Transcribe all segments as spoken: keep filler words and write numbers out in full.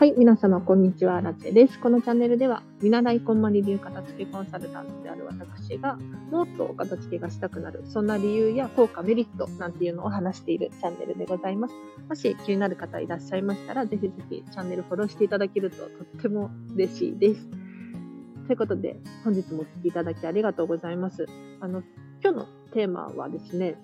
はい、皆様こんにちは、ラチェです。このチャンネルでは、見習いこんまり流片付けコンサルタントである私が、もっとお片付けがしたくなる、そんな理由や効果、メリットなんていうのを話しているチャンネルでございます。もし気になる方いらっしゃいましたら、ぜひぜひチャンネルフォローしていただけるととっても嬉しいです。ということで、本日もお聞きいただきありがとうございます。あの、今日のテーマはですね、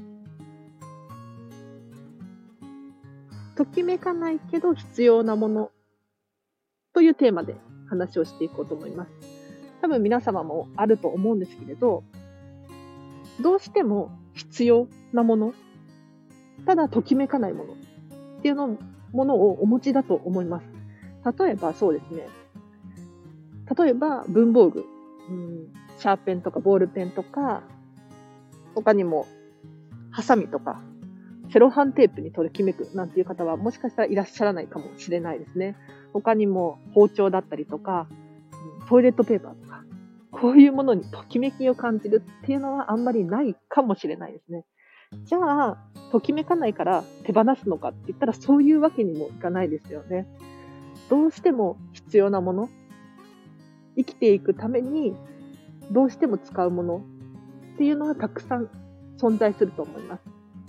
ときめかないけど必要なものというテーマで話をしていこうと思います。多分皆様もあると思うんですけれど、どうしても必要なもの、ただときめかないものっていうのものをお持ちだと思います。例えばそうですね。例えば文房具、うん、シャーペンとかボールペンとか、他にもハサミとか、セロハンテープにときめくなんていう方はもしかしたらいらっしゃらないかもしれないですね。他にも包丁だったりとか、トイレットペーパーとか、こういうものにときめきを感じるっていうのはあんまりないかもしれないですね。じゃあ、ときめかないから手放すのかって言ったらそういうわけにもいかないですよね。どうしても必要なもの、生きていくためにどうしても使うものっていうのはたくさん存在すると思います。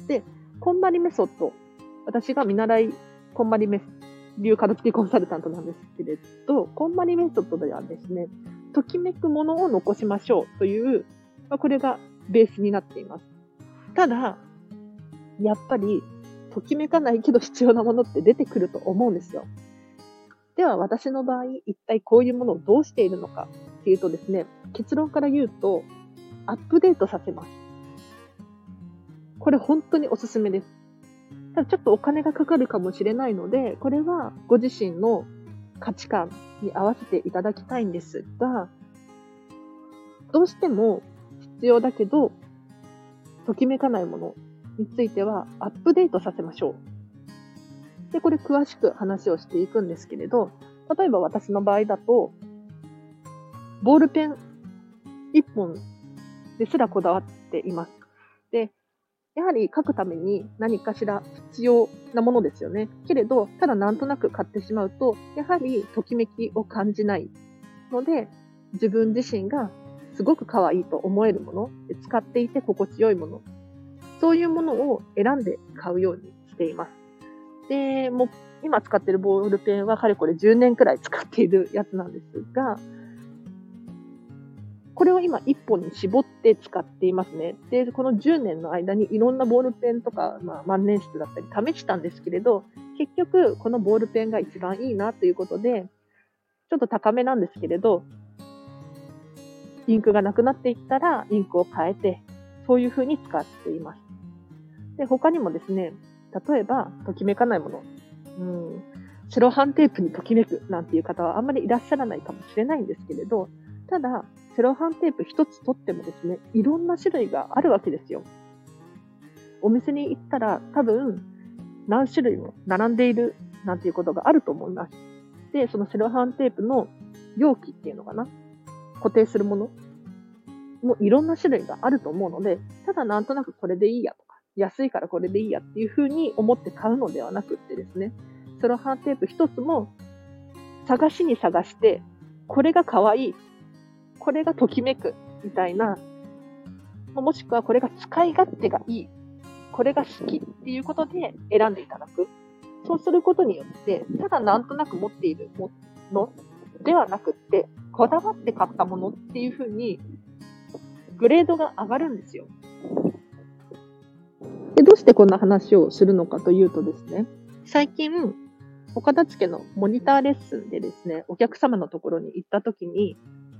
で、こんまりメソッド、私が見習いこんまりメ流片付けコンサルタントなんですけれど、こんまりメソッドではですね、ときめくものを残しましょうという、まあ、これがベースになっています。ただ、やっぱり、ときめかないけど必要なものって出てくると思うんですよ。では私の場合、一体こういうものをどうしているのかっていうとですね、結論から言うと、アップデートさせます。これ本当におすすめです。ただちょっとお金がかかるかもしれないので、これはご自身の価値観に合わせていただきたいんですが、どうしても必要だけど、ときめかないものについてはアップデートさせましょう。で、これ詳しく話をしていくんですけれど、例えば私の場合だと、ボールペンいっぽんですらこだわっています。で、やはり書くために何かしら必要なものですよね。けれど、ただなんとなく買ってしまうと、やはりときめきを感じないので、自分自身がすごく可愛いと思えるもの、使っていて心地よいもの、そういうものを選んで買うようにしています。で、もう今使っているボールペンはかれこれじゅうねんくらい使っているやつなんですが、これを今いっぽんに絞って使っていますね。で、このじゅうねんの間にいろんなボールペンとか、まあ、万年筆だったり試したんですけれど、結局このボールペンが一番いいなということで、ちょっと高めなんですけれど、インクがなくなっていったらインクを変えて、そういう風に使っています。で、他にもですね、例えば、ときめかないもの。うん、セロハンテープにときめくなんていう方はあんまりいらっしゃらないかもしれないんですけれど、ただ、セロハンテープ一つ取ってもですね、いろんな種類があるわけですよ。お店に行ったら多分何種類も並んでいるなんていうことがあると思います。で、そのセロハンテープの容器っていうのかな、固定するものもいろんな種類があると思うので、ただなんとなくこれでいいやとか、安いからこれでいいやっていうふうに思って買うのではなくってですね、セロハンテープ一つも探しに探して、これが可愛い、これがときめくみたいな、もしくはこれが使い勝手がいい、これが好きっていうことで選んでいただく。そうすることによって、ただなんとなく持っているものではなくって、こだわって買ったものっていうふうに、グレードが上がるんですよ。で、どうしてこんな話をするのかというとですね、最近、お片付けのモニターレッスンでですね、お客様のところに行ったときに、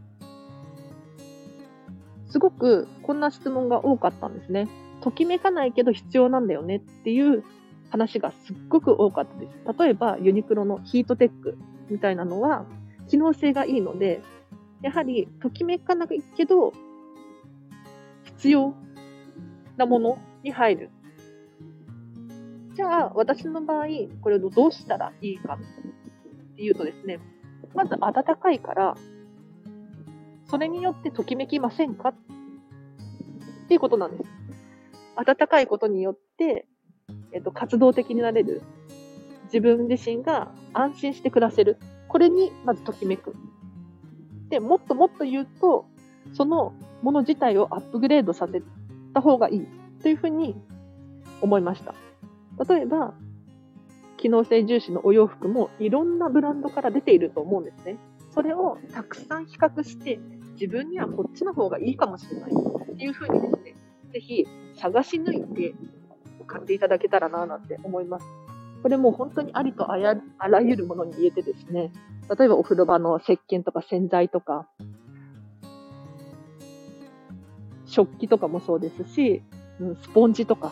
すごくこんな質問が多かったんですね。ときめかないけど必要なんだよねっていう話がすっごく多かったです。例えばユニクロのヒートテックみたいなのは機能性がいいので、やはりときめかないけど必要なものに入る。じゃあ私の場合、これをどうしたらいいかっていうとですね、まず暖かいから、それによってときめきませんかっていうことなんです。暖かいことによって、えっと、活動的になれる。 自分自身が安心して暮らせる。これにまずときめく。で、もっともっと言うと、そのもの自体をアップグレードさせた方がいいというふうに思いました。例えば、機能性重視のお洋服もいろんなブランドから出ていると思うんですね。それをたくさん比較して、自分にはこっちの方がいいかもしれないっていうふうにですね、ぜひ探し抜いて買っていただけたらななんて思います。これも本当にありとあやあらゆるものに言えてですね、例えばお風呂場の石鹸とか洗剤とか、食器とかもそうですし、うん、スポンジとか、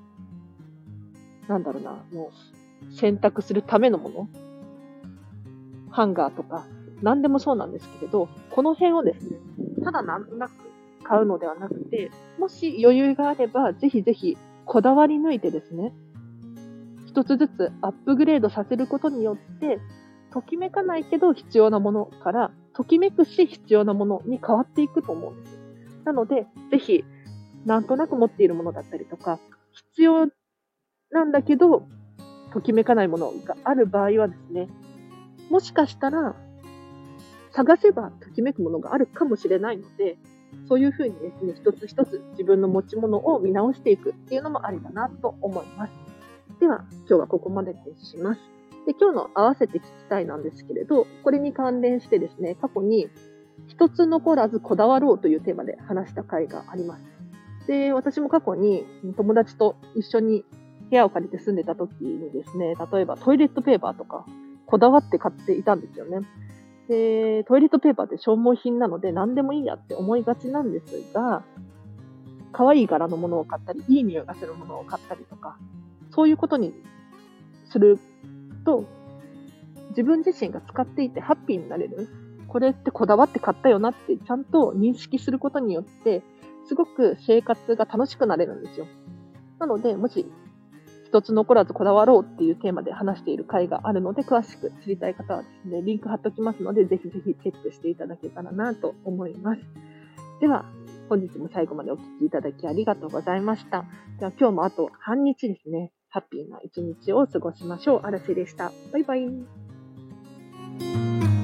なんだろうな、もう洗濯するためのもの、ハンガーとか、何でもそうなんですけれど、この辺をですね、ただなんとなく買うのではなくて、もし余裕があれば、ぜひぜひこだわり抜いてですね、一つずつアップグレードさせることによって、ときめかないけど必要なものから、ときめくし必要なものに変わっていくと思うんです。なので、ぜひ、なんとなく持っているものだったりとか、必要なんだけど、ときめかないものがある場合はですね、もしかしたら、探せばときめくものがあるかもしれないので、そういうふうにですね、一つ一つ自分の持ち物を見直していくっていうのもありだなと思います。では、今日はここまでとします。で、今日の合わせて聞きたいなんですけれど、これに関連してですね、過去に一つ残らずこだわろうというテーマで話した回があります。で、私も過去に友達と一緒に部屋を借りて住んでた時にですね、例えばトイレットペーパーとかこだわって買っていたんですよね。で、トイレットペーパーって消耗品なので何でもいいやって思いがちなんですが、可愛い柄のものを買ったり、いい匂いがするものを買ったりとか、そういうことにすると、自分自身が使っていてハッピーになれる。これってこだわって買ったよなってちゃんと認識することによって、すごく生活が楽しくなれるんですよ。なので、もし一つ残らずこだわろうっていうテーマで話している回があるので、詳しく知りたい方はですね、リンク貼っておきますので、ぜひぜひチェックしていただけたらなと思います。では、本日も最後までお聞きいただきありがとうございました。では今日もあと半日ですね、ハッピーな一日を過ごしましょう。あらせでした。バイバイ。